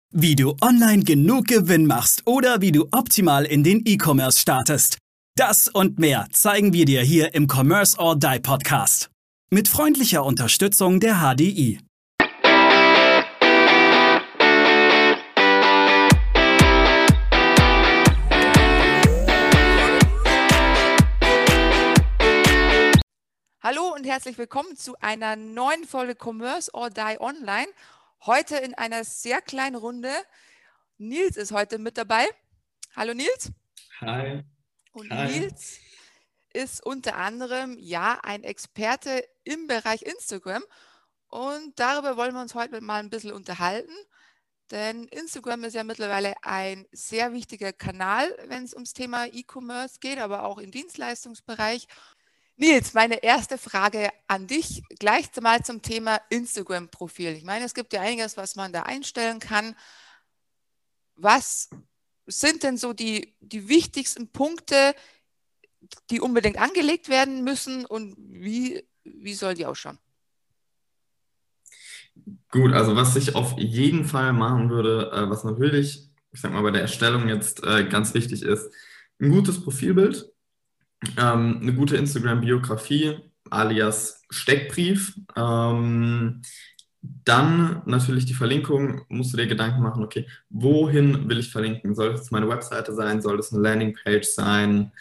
Wie du online genug Gewinn machst oder wie du optimal in den E-Commerce startest. Das und mehr zeigen wir dir hier im Commerce or Die Podcast. Mit freundlicher Unterstützung der HDI. Hallo und herzlich willkommen zu einer neuen Folge Commerce or Die Online. Heute in einer sehr kleinen Runde. Nils ist heute mit dabei. Hallo Nils. Hi. Und Hi. Nils ist unter anderem ein Experte im Bereich Instagram. Und darüber wollen wir uns heute mal ein bisschen unterhalten. Denn Instagram ist ja mittlerweile ein sehr wichtiger Kanal, wenn es ums Thema E-Commerce geht, aber auch im Dienstleistungsbereich. Nils, meine erste Frage an dich, gleich mal zum Thema Instagram-Profil. Ich meine, es gibt ja einiges, was man da einstellen kann. Was sind denn so die wichtigsten Punkte, die unbedingt angelegt werden müssen und wie soll die ausschauen? Gut, also was ich auf jeden Fall machen würde, was natürlich, ich sag mal, bei der Erstellung jetzt ganz wichtig ist, ein gutes Profilbild, eine gute Instagram-Biografie alias Steckbrief, dann natürlich die Verlinkung, musst du dir Gedanken machen, okay, wohin will ich verlinken? Soll es meine Webseite sein? Soll es eine Landingpage sein?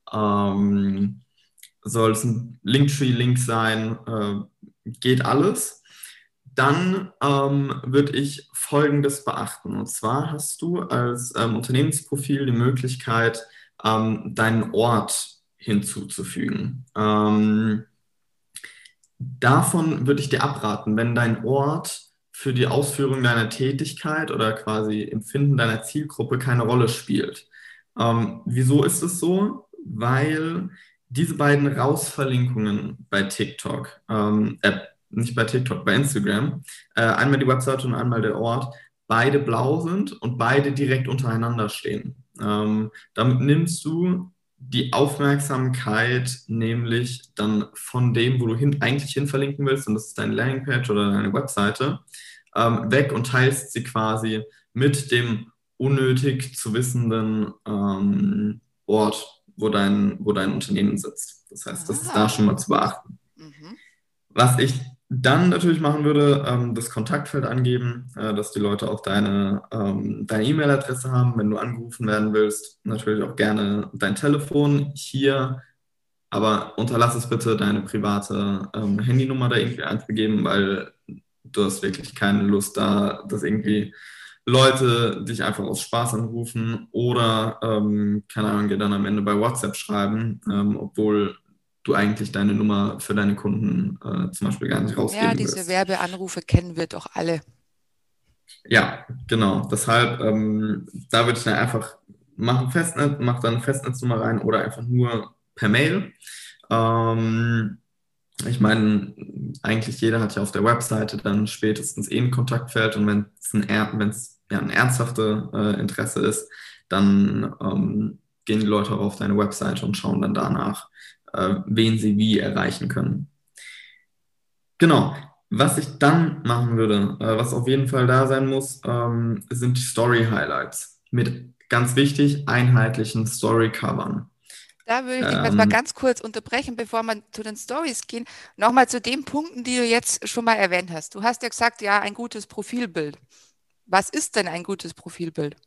Soll es ein Linktree-Link sein? Geht alles. Dann würde ich Folgendes beachten. Und zwar hast du als Unternehmensprofil die Möglichkeit, deinen Ort hinzuzufügen. Davon würde ich dir abraten, wenn dein Ort für die Ausführung deiner Tätigkeit oder quasi Empfinden deiner Zielgruppe keine Rolle spielt. Wieso ist es so? Weil diese beiden Rausverlinkungen bei TikTok, nicht bei TikTok, bei Instagram, einmal die Webseite und einmal der Ort, beide blau sind und beide direkt untereinander stehen. Damit nimmst du die Aufmerksamkeit nämlich dann von dem, wo du eigentlich hin verlinken willst, und das ist deine Landingpage oder deine Webseite, weg und teilst sie quasi mit dem unnötig zu wissenden Ort, wo dein Unternehmen sitzt. Das heißt, das ist da schon mal zu beachten. Mhm. Was ich dann natürlich machen würde, das Kontaktfeld angeben, dass die Leute auch deine E-Mail-Adresse haben, wenn du angerufen werden willst. Natürlich auch gerne dein Telefon hier, aber unterlass es bitte, deine private Handynummer da irgendwie einzugeben, weil du hast wirklich keine Lust da, dass irgendwie Leute dich einfach aus Spaß anrufen oder, keine Ahnung, dir dann am Ende bei WhatsApp schreiben, obwohl du eigentlich deine Nummer für deine Kunden zum Beispiel gar nicht rausgeben Ja, diese willst. Werbeanrufe kennen wir doch alle. Ja, genau. Deshalb, da würde ich dann einfach, mach dann eine Festnetznummer rein oder einfach nur per Mail. Ich meine, eigentlich jeder hat ja auf der Webseite dann spätestens ein Kontaktfeld, und wenn es ein ernsthaftes Interesse ist, dann gehen die Leute auch auf deine Webseite und schauen dann danach, wen sie wie erreichen können. Genau. Was ich dann machen würde, was auf jeden Fall da sein muss, sind die Story-Highlights. Mit, ganz wichtig, einheitlichen Story-Covern. Da würde ich dich jetzt mal ganz kurz unterbrechen, bevor wir zu den Stories gehen. Nochmal zu den Punkten, die du jetzt schon mal erwähnt hast. Du hast ja gesagt, ja, ein gutes Profilbild. Was ist denn ein gutes Profilbild?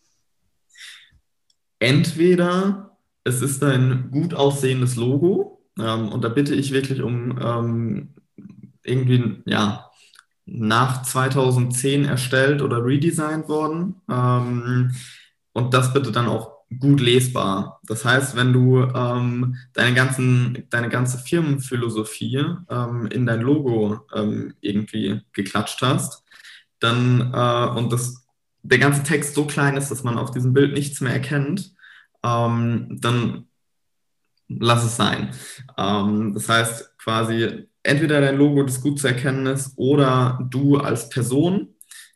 Entweder es ist ein gut aussehendes Logo, und da bitte ich wirklich um irgendwie, ja, nach 2010 erstellt oder redesigned worden. Und das bitte dann auch gut lesbar. Das heißt, wenn du deine ganze Firmenphilosophie in dein Logo irgendwie geklatscht hast, dann und der ganze Text so klein ist, dass man auf diesem Bild nichts mehr erkennt, dann lass es sein. Das heißt quasi, entweder dein Logo, das gut zu erkennen ist, oder du als Person,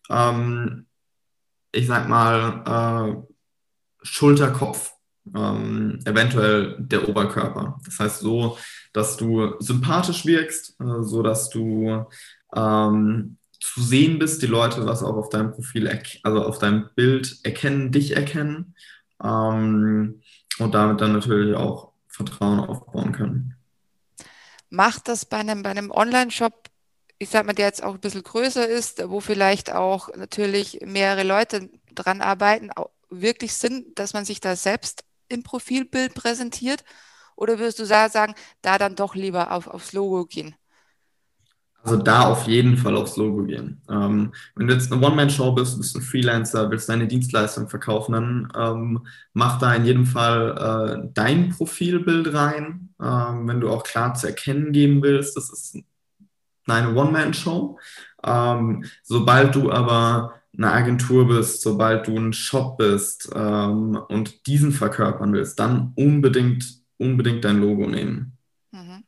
ich sag mal, Schulter-Kopf, eventuell der Oberkörper. Das heißt so, dass du sympathisch wirkst, so dass du zu sehen bist, die Leute was auch auf deinem Profil, also auf deinem Bild erkennen, dich erkennen und damit dann natürlich auch Vertrauen aufbauen können. Macht das bei einem Online-Shop, ich sag mal, der jetzt auch ein bisschen größer ist, wo vielleicht auch natürlich mehrere Leute dran arbeiten, wirklich Sinn, dass man sich da selbst im Profilbild präsentiert? Oder würdest du sagen, da dann doch lieber aufs Logo gehen? Also da auf jeden Fall aufs Logo gehen. Wenn du jetzt eine One-Man-Show bist ein Freelancer, willst deine Dienstleistung verkaufen, dann mach da in jedem Fall dein Profilbild rein. Wenn du auch klar zu erkennen geben willst, das ist eine One-Man-Show. Sobald du aber eine Agentur bist, sobald du ein Shop bist und diesen verkörpern willst, dann unbedingt dein Logo nehmen. Mhm.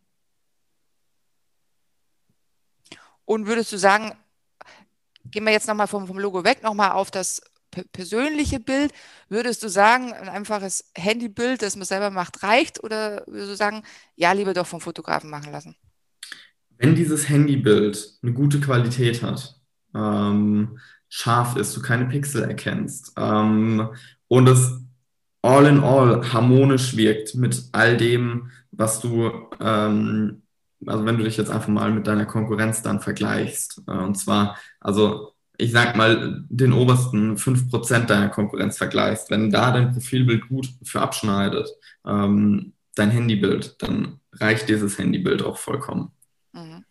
Und würdest du sagen, gehen wir jetzt nochmal vom Logo weg, nochmal auf das persönliche Bild. Würdest du sagen, ein einfaches Handybild, das man selber macht, reicht? Oder würdest du sagen, ja, lieber doch vom Fotografen machen lassen? Wenn dieses Handybild eine gute Qualität hat, scharf ist, du keine Pixel erkennst und es all in all harmonisch wirkt mit all dem, was du, also wenn du dich jetzt einfach mal mit deiner Konkurrenz dann vergleichst, und zwar, also ich sag mal, den obersten 5% deiner Konkurrenz vergleichst, wenn da dein Profilbild gut für abschneidet, dein Handybild, dann reicht dieses Handybild auch vollkommen. Mhm.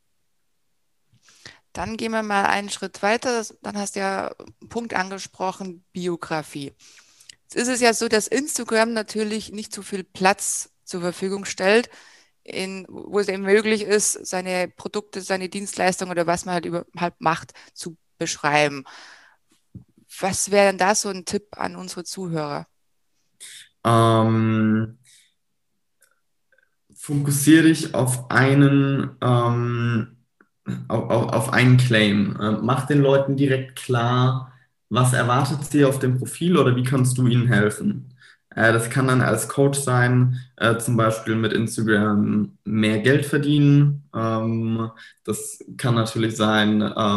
Dann gehen wir mal einen Schritt weiter. Dann hast du ja einen Punkt angesprochen, Biografie. Jetzt ist es ja so, dass Instagram natürlich nicht so viel Platz zur Verfügung stellt, wo es eben möglich ist, seine Produkte, seine Dienstleistungen oder was man halt macht, zu beschreiben. Was wäre denn da so ein Tipp an unsere Zuhörer? Fokussiere dich auf einen Claim. Mach den Leuten direkt klar, was erwartet sie auf dem Profil oder wie kannst du ihnen helfen. Das kann dann als Coach sein, zum Beispiel mit Instagram mehr Geld verdienen. Das kann natürlich sein,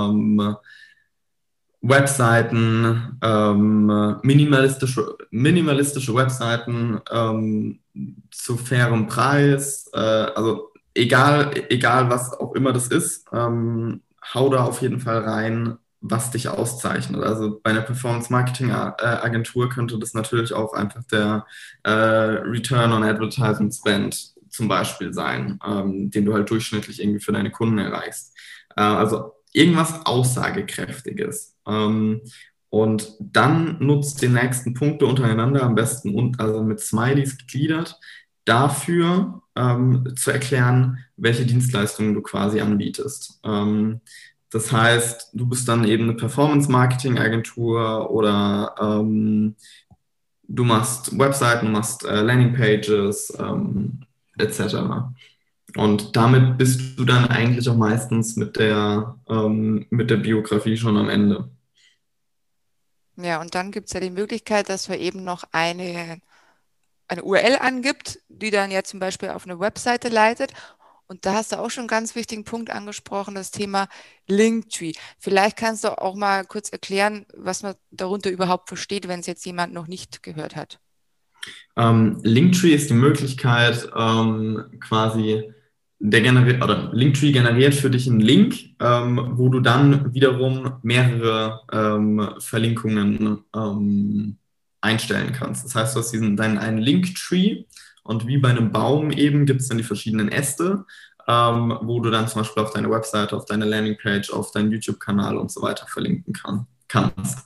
Webseiten, minimalistische Webseiten zu fairem Preis, also egal was auch immer das ist, hau da auf jeden Fall rein, was dich auszeichnet. Also bei einer Performance-Marketing-Agentur könnte das natürlich auch einfach der Return on Advertising Spend zum Beispiel sein, den du halt durchschnittlich irgendwie für deine Kunden erreichst. Also irgendwas Aussagekräftiges. Und dann nutzt die nächsten Punkte untereinander, am besten also mit Smileys gegliedert, dafür zu erklären, welche Dienstleistungen du quasi anbietest. Das heißt, du bist dann eben eine Performance-Marketing-Agentur oder du machst Webseiten, du machst Landingpages etc. Und damit bist du dann eigentlich auch meistens mit der Biografie schon am Ende. Ja, und dann gibt es ja die Möglichkeit, dass man eben noch eine URL angibt, die dann ja zum Beispiel auf eine Webseite leitet. Und da hast du auch schon einen ganz wichtigen Punkt angesprochen, das Thema Linktree. Vielleicht kannst du auch mal kurz erklären, was man darunter überhaupt versteht, wenn es jetzt jemand noch nicht gehört hat. Linktree ist die Möglichkeit, quasi Linktree generiert für dich einen Link, wo du dann wiederum mehrere Verlinkungen einstellen kannst. Das heißt, du hast einen Linktree und wie bei einem Baum eben gibt es dann die verschiedenen Äste, wo du dann zum Beispiel auf deine Webseite, auf deine Landingpage, auf deinen YouTube-Kanal und so weiter verlinken kannst.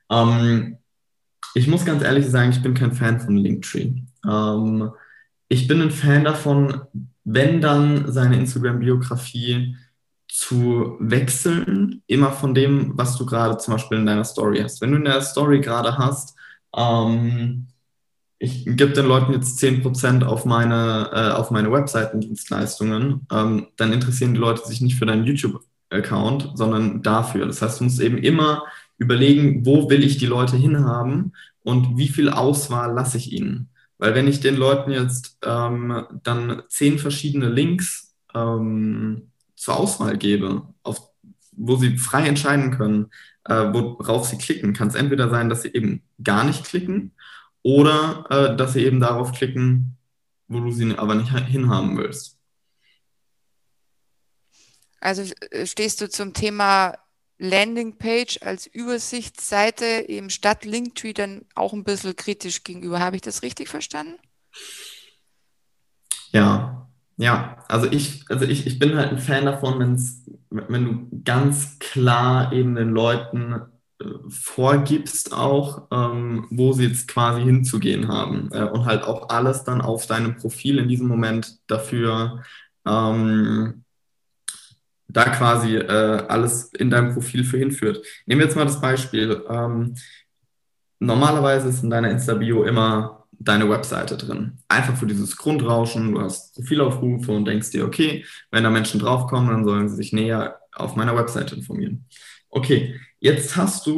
Ich muss ganz ehrlich sagen, ich bin kein Fan von Linktree. Ich bin ein Fan davon, wenn dann seine Instagram-Biografie zu wechseln, immer von dem, was du gerade zum Beispiel in deiner Story hast. Wenn du in der Story gerade hast, ich gebe den Leuten jetzt 10% auf meine Webseitendienstleistungen, dann interessieren die Leute sich nicht für deinen YouTube-Account, sondern dafür. Das heißt, du musst eben immer überlegen, wo will ich die Leute hinhaben und wie viel Auswahl lasse ich ihnen. Weil wenn ich den Leuten jetzt dann 10 verschiedene Links zur Auswahl gebe, auf wo sie frei entscheiden können, worauf sie klicken. Kann es entweder sein, dass sie eben gar nicht klicken oder dass sie eben darauf klicken, wo du sie aber nicht hinhaben willst. Also stehst du zum Thema Landingpage als Übersichtsseite eben statt Linktree dann auch ein bisschen kritisch gegenüber. Habe ich das richtig verstanden? Ja, also ich bin halt ein Fan davon, wenn du ganz klar eben den Leuten vorgibst auch, wo sie jetzt quasi hinzugehen haben und halt auch alles dann auf deinem Profil in diesem Moment dafür da quasi alles in deinem Profil für hinführt. Nehmen wir jetzt mal das Beispiel. Normalerweise ist in deiner Insta-Bio immer deine Webseite drin. Einfach für dieses Grundrauschen, du hast Profilaufrufe und denkst dir, okay, wenn da Menschen draufkommen, dann sollen sie sich näher auf meiner Webseite informieren. Okay, jetzt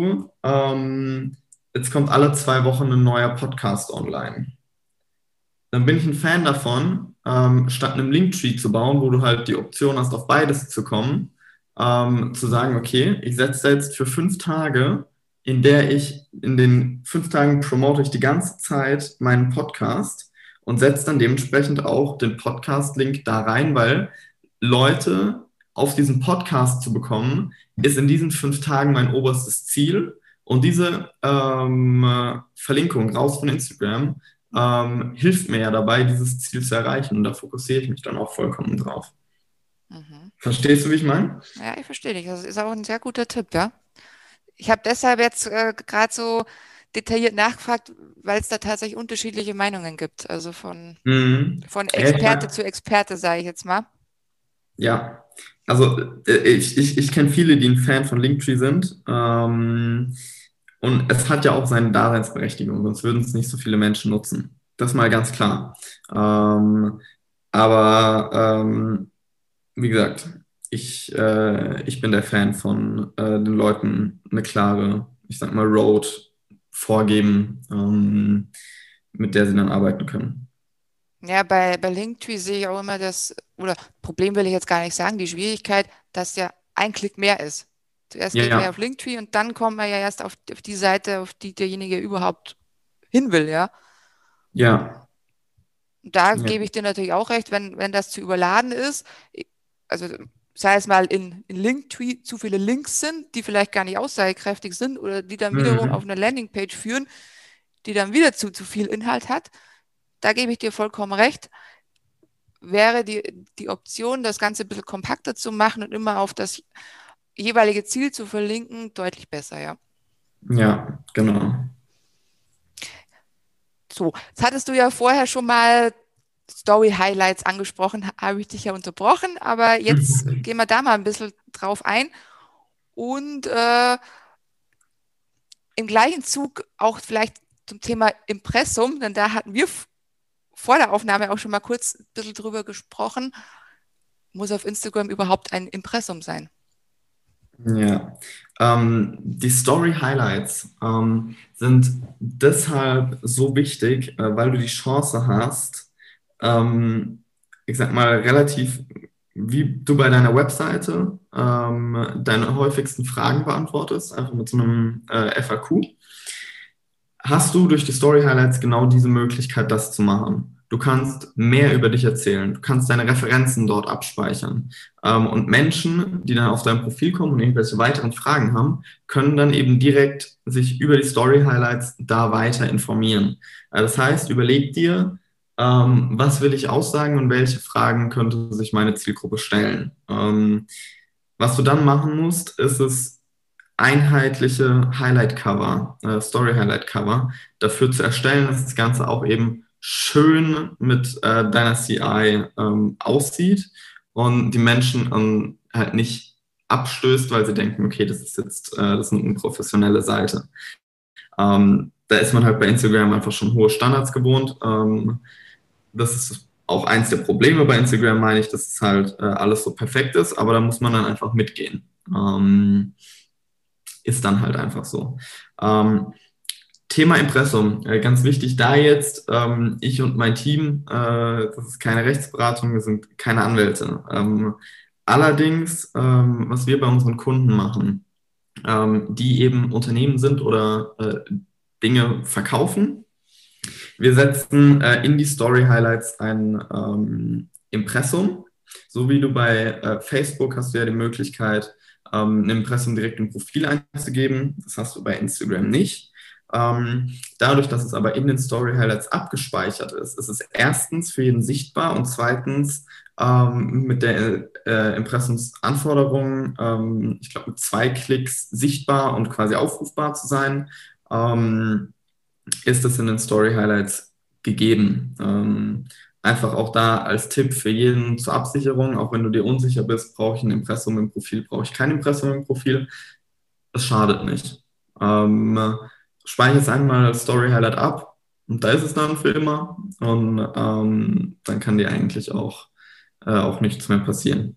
jetzt kommt alle 2 Wochen ein neuer Podcast online. Dann bin ich ein Fan davon, statt einem Linktree zu bauen, wo du halt die Option hast, auf beides zu kommen, zu sagen, okay, ich setze jetzt für 5 Tage, in den 5 Tagen promote ich die ganze Zeit meinen Podcast und setze dann dementsprechend auch den Podcast-Link da rein, weil Leute auf diesen Podcast zu bekommen, ist in diesen 5 Tagen mein oberstes Ziel. Und diese Verlinkung raus von Instagram hilft mir ja dabei, dieses Ziel zu erreichen. Und da fokussiere ich mich dann auch vollkommen drauf. Mhm. Verstehst du, wie ich meine? Ja, ich verstehe dich. Das ist auch ein sehr guter Tipp, ja. Ich habe deshalb jetzt gerade so detailliert nachgefragt, weil es da tatsächlich unterschiedliche Meinungen gibt. Also von Experte zu Experte, sage ich jetzt mal. Ja, also ich kenne viele, die ein Fan von Linktree sind. Und es hat ja auch seine Daseinsberechtigung, sonst würden es nicht so viele Menschen nutzen. Das ist mal ganz klar. Aber wie gesagt, ich bin der Fan von den Leuten eine klare, ich sag mal, Road vorgeben, mit der sie dann arbeiten können. Ja, bei Linktree sehe ich auch immer oder Problem will ich jetzt gar nicht sagen, die Schwierigkeit, dass ja ein Klick mehr ist. Zuerst geht man ja auf Linktree und dann kommt man ja erst auf die Seite, auf die derjenige überhaupt hin will, ja. Ja. Da gebe ich dir natürlich auch recht, wenn das zu überladen ist, also sei es mal in Linktree zu viele Links sind, die vielleicht gar nicht aussagekräftig sind oder die dann wiederum auf eine Landingpage führen, die dann wieder zu viel Inhalt hat. Da gebe ich dir vollkommen recht. Wäre die Option, das Ganze ein bisschen kompakter zu machen und immer auf das jeweilige Ziel zu verlinken, deutlich besser, ja. Ja, genau. So, jetzt hattest du ja vorher schon mal Story-Highlights angesprochen, habe ich dich ja unterbrochen, aber jetzt gehen wir da mal ein bisschen drauf ein und im gleichen Zug auch vielleicht zum Thema Impressum, denn da hatten wir vor der Aufnahme auch schon mal kurz ein bisschen drüber gesprochen. Muss auf Instagram überhaupt ein Impressum sein? Ja, die Story-Highlights sind deshalb so wichtig, weil du die Chance hast, ich sag mal, relativ, wie du bei deiner Webseite deine häufigsten Fragen beantwortest, einfach mit so einem FAQ, hast du durch die Story-Highlights genau diese Möglichkeit, das zu machen. Du kannst mehr über dich erzählen. Du kannst deine Referenzen dort abspeichern. Und Menschen, die dann auf dein Profil kommen und irgendwelche weiteren Fragen haben, können dann eben direkt sich über die Story-Highlights da weiter informieren. Das heißt, überleg dir, was will ich aussagen und welche Fragen könnte sich meine Zielgruppe stellen. Was du dann machen musst, ist es, einheitliche Highlight-Cover, Story-Highlight-Cover dafür zu erstellen, dass das Ganze auch eben schön mit deiner CI aussieht und die Menschen halt nicht abstößt, weil sie denken, okay, das ist eine unprofessionelle Seite. Da ist man halt bei Instagram einfach schon hohe Standards gewohnt. Das ist auch eins der Probleme bei Instagram, meine ich, dass es halt alles so perfekt ist, aber da muss man dann einfach mitgehen. Ist dann halt einfach so. Thema Impressum, ganz wichtig da jetzt, ich und mein Team, das ist keine Rechtsberatung, wir sind keine Anwälte. Allerdings, was wir bei unseren Kunden machen, die eben Unternehmen sind oder Dinge verkaufen, wir setzen in die Story Highlights ein Impressum. So wie du bei Facebook hast du ja die Möglichkeit, ein Impressum direkt im Profil einzugeben. Das hast du bei Instagram nicht. Dadurch, dass es aber in den Story Highlights abgespeichert ist, ist es erstens für jeden sichtbar und zweitens mit der Impressumsanforderung, ich glaube mit 2 Klicks sichtbar und quasi aufrufbar zu sein, ist es in den Story Highlights gegeben. Einfach auch da als Tipp für jeden zur Absicherung, auch wenn du dir unsicher bist, brauche ich ein Impressum im Profil, brauche ich kein Impressum im Profil, das schadet nicht. Speichere es einmal als Story Highlight ab und da ist es dann für immer und dann kann dir eigentlich auch nichts mehr passieren.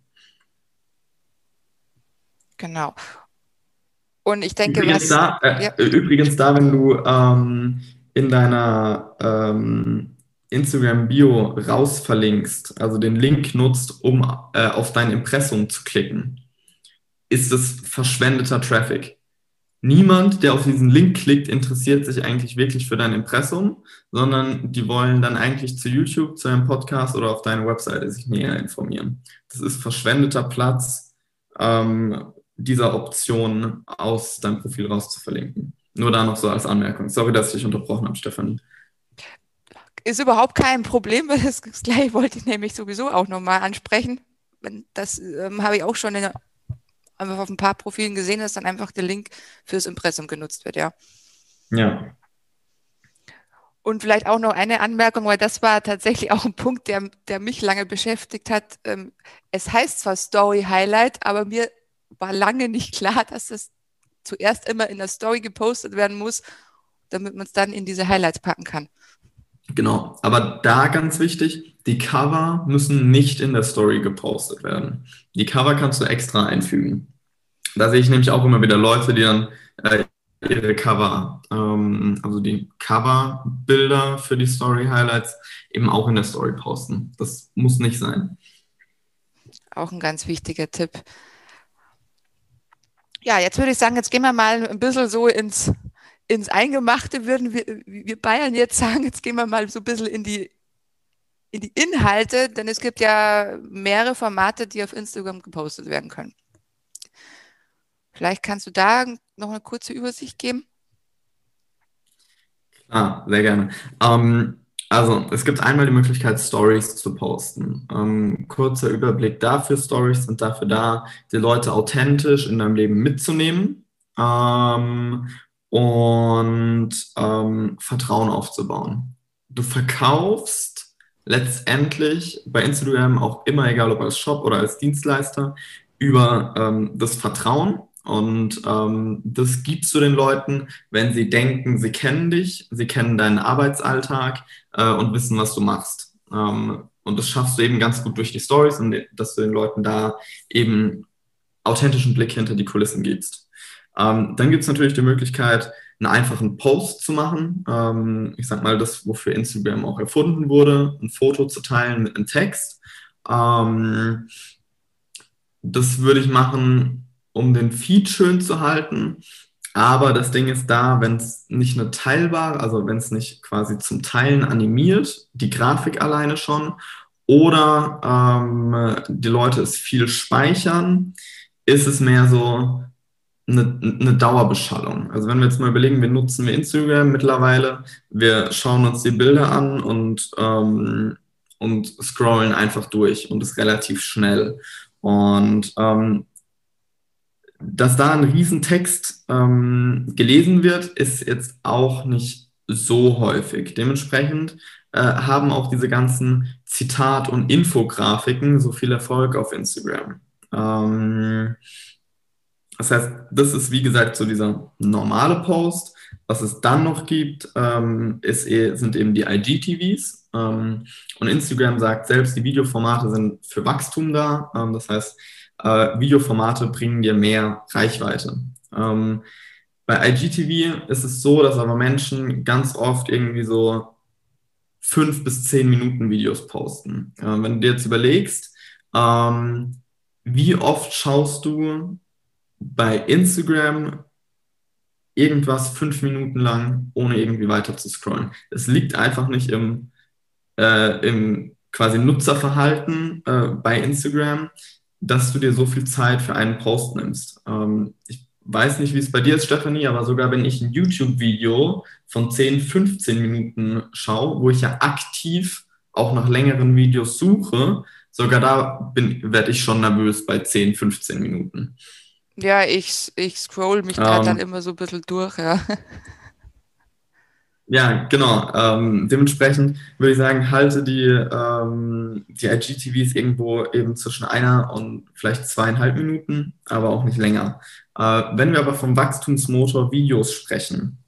Genau. Und ich denke, Übrigens da, wenn du in deiner Instagram-Bio raus verlinkst, also den Link nutzt, um auf dein Impressum zu klicken, ist es verschwendeter Traffic. Niemand, der auf diesen Link klickt, interessiert sich eigentlich wirklich für dein Impressum, sondern die wollen dann eigentlich zu YouTube, zu einem Podcast oder auf deine Webseite sich näher informieren. Das ist verschwendeter Platz, dieser Option aus deinem Profil raus zu verlinken. Nur da noch so als Anmerkung. Sorry, dass ich dich unterbrochen habe, Stefanie. Ist überhaupt kein Problem. Das gleiche wollte ich nämlich sowieso auch nochmal ansprechen. Das habe ich auch schon einfach auf ein paar Profilen gesehen, dass dann einfach der Link fürs Impressum genutzt wird, ja. Ja. Und vielleicht auch noch eine Anmerkung, weil das war tatsächlich auch ein Punkt, der mich lange beschäftigt hat. Es heißt zwar Story Highlight, aber mir war lange nicht klar, dass das zuerst immer in der Story gepostet werden muss, damit man es dann in diese Highlights packen kann. Genau, aber da ganz wichtig, die Cover müssen nicht in der Story gepostet werden. Die Cover kannst du extra einfügen. Da sehe ich nämlich auch immer wieder Leute, die dann ihre Cover, also die Coverbilder für die Story Highlights eben auch in der Story posten. Das muss nicht sein. Auch ein ganz wichtiger Tipp. Ja, jetzt würde ich sagen, jetzt gehen wir mal ein bisschen so ins Eingemachte, würden wir Bayern jetzt sagen, jetzt gehen wir mal so ein bisschen in die Inhalte, denn es gibt ja mehrere Formate, die auf Instagram gepostet werden können. Vielleicht kannst du da noch eine kurze Übersicht geben? Klar, sehr gerne. Also es gibt einmal die Möglichkeit, Stories zu posten. Kurzer Überblick dafür. Stories sind dafür da, die Leute authentisch in deinem Leben mitzunehmen und Vertrauen aufzubauen. Du verkaufst letztendlich bei Instagram auch immer, egal ob als Shop oder als Dienstleister, über das Vertrauen. Und das gibst du den Leuten, wenn sie denken, sie kennen dich, sie kennen deinen Arbeitsalltag und wissen, was du machst. Und das schaffst du eben ganz gut durch die Stories und dass du den Leuten da eben authentischen Blick hinter die Kulissen gibst. Dann gibt es natürlich die Möglichkeit, einen einfachen Post zu machen. Ich sag mal, das, wofür Instagram auch erfunden wurde, ein Foto zu teilen mit einem Text. Das würde ich machen, um den Feed schön zu halten. Aber das Ding ist da, wenn es nicht eine teilbare, also wenn es nicht quasi zum Teilen animiert, die Grafik alleine schon, oder die Leute es viel speichern, ist es mehr so eine Dauerbeschallung. Also wenn wir jetzt mal überlegen, wir nutzen Instagram mittlerweile, wir schauen uns die Bilder an und scrollen einfach durch und ist relativ schnell. Und dass da ein Riesentext gelesen wird, ist jetzt auch nicht so häufig. Dementsprechend haben auch diese ganzen Zitat- und Infografiken so viel Erfolg auf Instagram. Das heißt, das ist wie gesagt so dieser normale Post. Was es dann noch gibt, sind eben die IGTVs. Und Instagram sagt selbst, die Videoformate sind für Wachstum da. Das heißt, Videoformate bringen dir mehr Reichweite. Bei IGTV ist es so, dass aber Menschen ganz oft irgendwie so 5 bis 10 Minuten Videos posten. Wenn du dir jetzt überlegst, wie oft schaust du bei Instagram irgendwas 5 Minuten lang, ohne irgendwie weiter zu scrollen? Es liegt einfach nicht im quasi Nutzerverhalten bei Instagram, dass du dir so viel Zeit für einen Post nimmst. Ich weiß nicht, wie es bei dir ist, Stephanie, aber sogar wenn ich ein YouTube-Video von 10, 15 Minuten schaue, wo ich ja aktiv auch nach längeren Videos suche, sogar da werde ich schon nervös bei 10, 15 Minuten. Ja, ich scroll mich da dann immer so ein bisschen durch, ja. Ja, genau. Dementsprechend würde ich sagen, halte die IGTVs irgendwo eben zwischen 1 und vielleicht 2,5 Minuten, aber auch nicht länger. Wenn wir aber vom Wachstumsmotor Videos sprechen,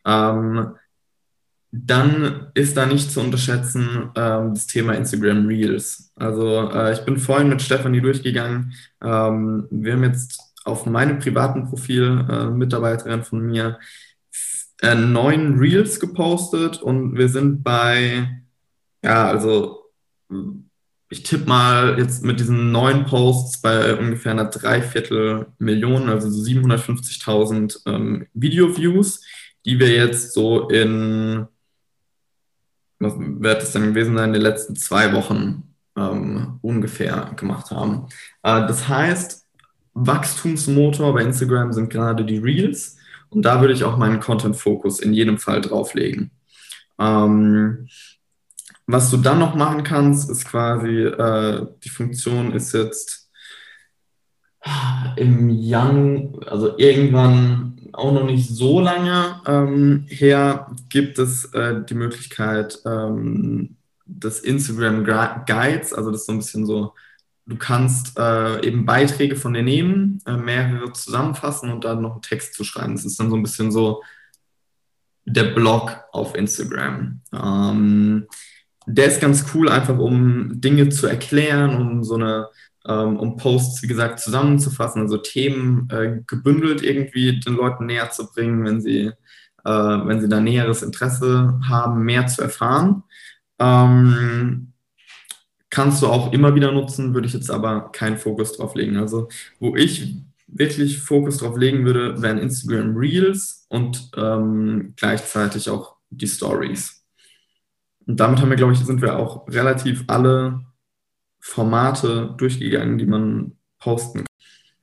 dann ist da nicht zu unterschätzen das Thema Instagram Reels. Also ich bin vorhin mit Stefanie durchgegangen. Wir haben jetzt auf meinem privaten Profil, Mitarbeiterin von mir, 9 Reels gepostet und wir sind bei, ja, also ich tippe mal jetzt mit diesen 9 Posts bei ungefähr einer Dreiviertel-Million, also so 750.000 Video-Views, die wir jetzt so was wird es dann gewesen sein, in den letzten 2 Wochen ungefähr gemacht haben. Das heißt, Wachstumsmotor bei Instagram sind gerade die Reels und da würde ich auch meinen Content-Fokus in jedem Fall drauflegen. Was du dann noch machen kannst, ist quasi, die Funktion ist jetzt im Januar, also irgendwann auch noch nicht so lange her, gibt es die Möglichkeit des Instagram Guides, also das ist so ein bisschen so, du kannst eben Beiträge von dir nehmen, mehrere zusammenfassen und dann noch einen Text zu schreiben. Das ist dann so ein bisschen so der Blog auf Instagram. Der ist ganz cool, einfach um Dinge zu erklären, um Posts, wie gesagt, zusammenzufassen, also Themen gebündelt irgendwie den Leuten näher zu bringen, wenn sie da näheres Interesse haben, mehr zu erfahren. Kannst du auch immer wieder nutzen, würde ich jetzt aber keinen Fokus drauf legen. Also wo ich wirklich Fokus drauf legen würde, wären Instagram Reels und gleichzeitig auch die Stories. Und damit sind wir auch relativ alle Formate durchgegangen, die man posten kann.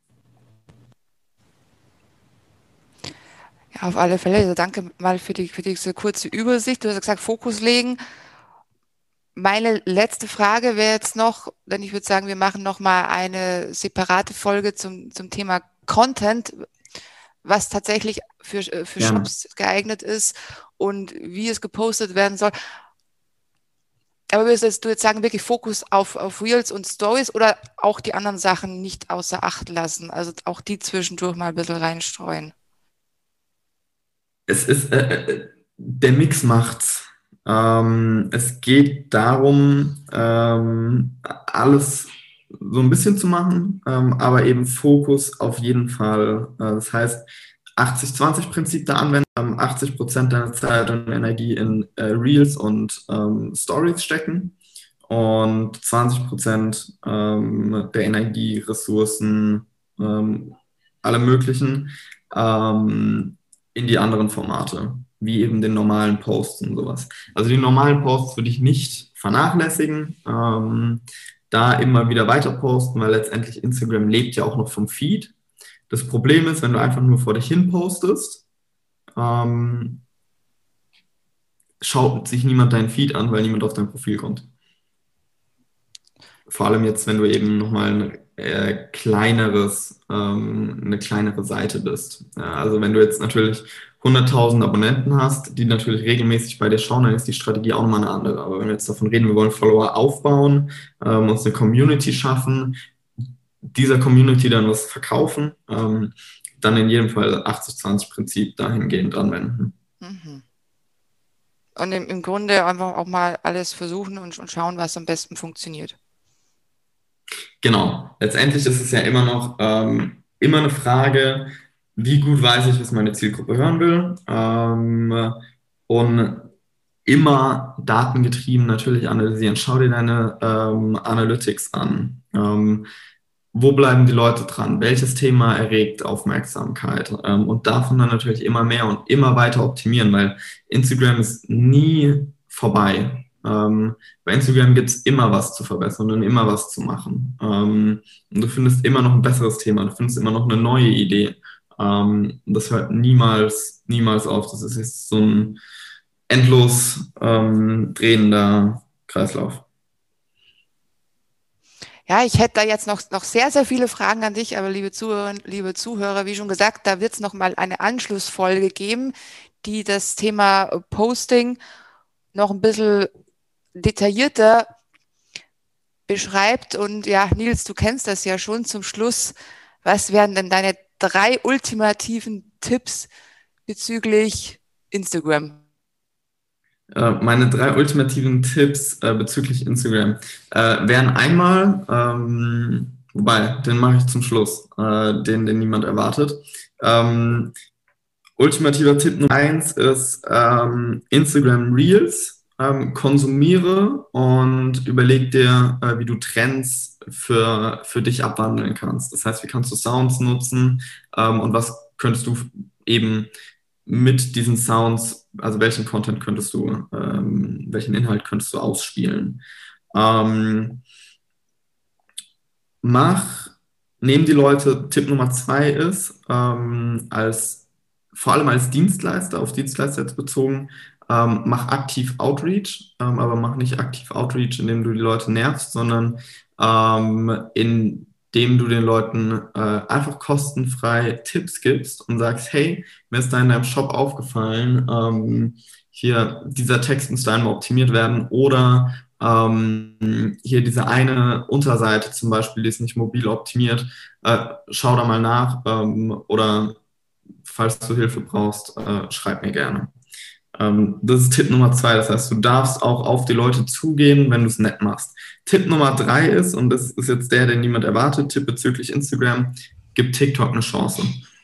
Ja, auf alle Fälle. Also danke mal für diese kurze Übersicht. Du hast gesagt, Fokus legen. Meine letzte Frage wäre jetzt noch, denn ich würde sagen, wir machen noch mal eine separate Folge zum Thema Content, was tatsächlich für Shops geeignet ist und wie es gepostet werden soll. Aber würdest du jetzt sagen, wirklich Fokus auf Reels und Stories oder auch die anderen Sachen nicht außer Acht lassen? Also auch die zwischendurch mal ein bisschen reinstreuen? Es ist, der Mix macht's. Es geht darum, alles so ein bisschen zu machen, aber eben Fokus auf jeden Fall. Das heißt, 80-20-Prinzip da anwenden, 80% deiner Zeit und Energie in Reels und Stories stecken und 20% der Energie, Ressourcen, alle möglichen in die anderen Formate, wie eben den normalen Posts und sowas. Also die normalen Posts würde ich nicht vernachlässigen, da immer wieder weiter posten, weil letztendlich Instagram lebt ja auch noch vom Feed. Das Problem ist, wenn du einfach nur vor dich hin postest, schaut sich niemand deinen Feed an, weil niemand auf dein Profil kommt. Vor allem jetzt, wenn du eben nochmal eine kleinere Seite bist. Ja, also wenn du jetzt natürlich 100.000 Abonnenten hast, die natürlich regelmäßig bei dir schauen, dann ist die Strategie auch nochmal eine andere. Aber wenn wir jetzt davon reden, wir wollen Follower aufbauen, uns eine Community schaffen, dieser Community dann was verkaufen, dann in jedem Fall 80-20-Prinzip dahingehend anwenden. Mhm. Und im Grunde einfach auch mal alles versuchen und schauen, was am besten funktioniert. Genau. Letztendlich ist es ja immer noch immer eine Frage, wie gut weiß ich, was meine Zielgruppe hören will. Und immer datengetrieben natürlich analysieren. Schau dir deine Analytics an. wo bleiben die Leute dran? Welches Thema erregt Aufmerksamkeit? Und davon dann natürlich immer mehr und immer weiter optimieren, weil Instagram ist nie vorbei. Bei Instagram gibt es immer was zu verbessern und immer was zu machen. Und du findest immer noch ein besseres Thema, du findest immer noch eine neue Idee. Das hört niemals, niemals auf. Das ist jetzt so ein endlos drehender Kreislauf. Ja, ich hätte da jetzt noch sehr, sehr viele Fragen an dich, aber liebe Zuhörerinnen, liebe Zuhörer, wie schon gesagt, da wird es nochmal eine Anschlussfolge geben, die das Thema Posting noch ein bisschen detaillierter beschreibt. Und ja, Nils, du kennst das ja schon zum Schluss. Was wären denn deine 3 ultimativen Tipps bezüglich Instagram? Meine 3 ultimativen Tipps bezüglich Instagram wären einmal, wobei, den mache ich zum Schluss, den niemand erwartet. Ultimativer Tipp Nummer 1 ist Instagram Reels. Konsumiere und überleg dir, wie du Trends für dich abwandeln kannst. Das heißt, wie kannst du Sounds nutzen und was könntest du eben mit diesen Sounds, also welchen Content könntest du, welchen Inhalt könntest du ausspielen? Nehmen die Leute, Tipp Nummer 2 ist, vor allem als Dienstleister, auf Dienstleister jetzt bezogen, mach aktiv Outreach, aber mach nicht aktiv Outreach, indem du die Leute nervst, sondern indem du den Leuten einfach kostenfrei Tipps gibst und sagst, hey, mir ist da in deinem Shop aufgefallen, hier dieser Text muss da einmal optimiert werden oder hier diese eine Unterseite zum Beispiel, die ist nicht mobil optimiert, schau da mal nach oder falls du Hilfe brauchst, schreib mir gerne. Das ist Tipp Nummer 2, das heißt, du darfst auch auf die Leute zugehen, wenn du es nett machst. Tipp Nummer 3 ist, und das ist jetzt der, den niemand erwartet, Tipp bezüglich Instagram, gib TikTok eine Chance.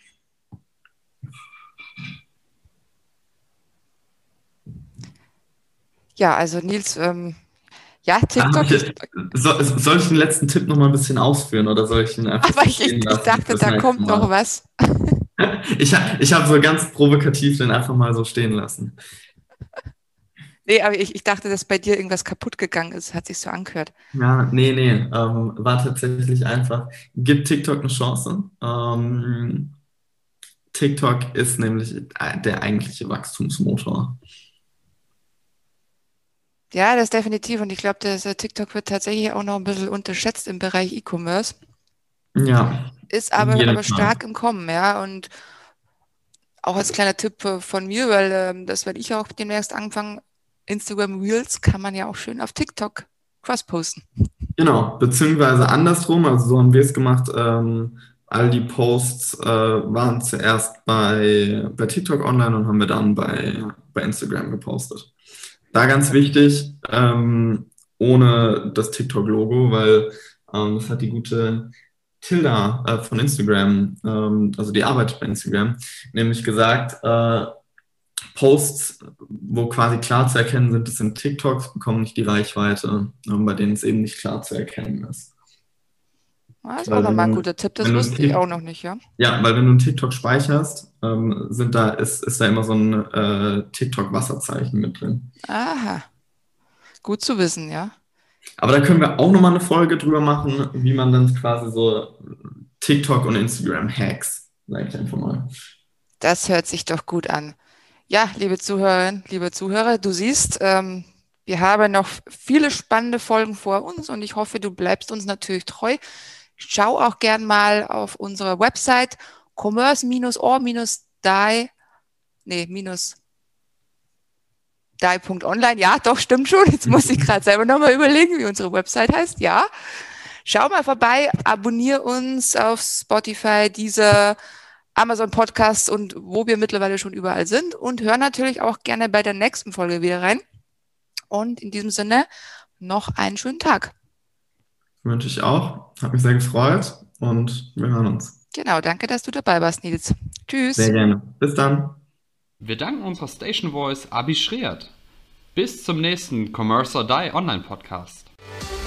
Ja, also Nils, ja, TikTok. Soll ich den letzten Tipp noch mal ein bisschen ausführen oder soll ich ihn einfach aber ich dachte, da kommt noch was. Ich hab so ganz provokativ den einfach mal so stehen lassen. Nee, aber ich dachte, dass bei dir irgendwas kaputt gegangen ist. Hat sich so angehört. Ja, nee. War tatsächlich einfach, gib TikTok eine Chance. TikTok ist nämlich der eigentliche Wachstumsmotor. Ja, das definitiv. Und ich glaube, TikTok wird tatsächlich auch noch ein bisschen unterschätzt im Bereich E-Commerce. Ja. Ist aber stark im Kommen, ja. Und auch als kleiner Tipp von mir, weil das werde ich auch demnächst anfangen. Instagram Reels kann man ja auch schön auf TikTok cross-posten. Genau, beziehungsweise andersrum, also so haben wir es gemacht. All die Posts waren zuerst bei TikTok online und haben wir dann bei Instagram gepostet. Da ganz wichtig, ohne das TikTok-Logo, weil das hat die gute Tilda von Instagram, also die arbeitet bei Instagram, nämlich gesagt, Posts, wo quasi klar zu erkennen sind, das sind TikToks, bekommen nicht die Reichweite, bei denen es eben nicht klar zu erkennen ist. Das ist auch nochmal ein guter Tipp, das wusste ich auch noch nicht, ja. Ja, weil wenn du einen TikTok speicherst, ist da immer so ein TikTok-Wasserzeichen mit drin. Aha, gut zu wissen, ja. Aber da können wir auch nochmal eine Folge drüber machen, wie man dann quasi so TikTok und Instagram-Hacks, sage ich einfach mal. Das hört sich doch gut an. Ja, liebe Zuhörerinnen, liebe Zuhörer, du siehst, wir haben noch viele spannende Folgen vor uns und ich hoffe, du bleibst uns natürlich treu. Schau auch gern mal auf unserer Website commerce-or-die.online. Ja, doch, stimmt schon. Jetzt muss ich gerade selber nochmal überlegen, wie unsere Website heißt. Ja, schau mal vorbei, abonniere uns auf Spotify, Deezer, Amazon Podcasts und wo wir mittlerweile schon überall sind und hör natürlich auch gerne bei der nächsten Folge wieder rein. Und in diesem Sinne noch einen schönen Tag. Wünsche ich auch. Hat mich sehr gefreut und wir hören uns. Genau, danke, dass du dabei warst, Nils. Tschüss. Sehr gerne. Bis dann. Wir danken unserer Station Voice Abi Schreert. Bis zum nächsten Commerce or Die Online Podcast.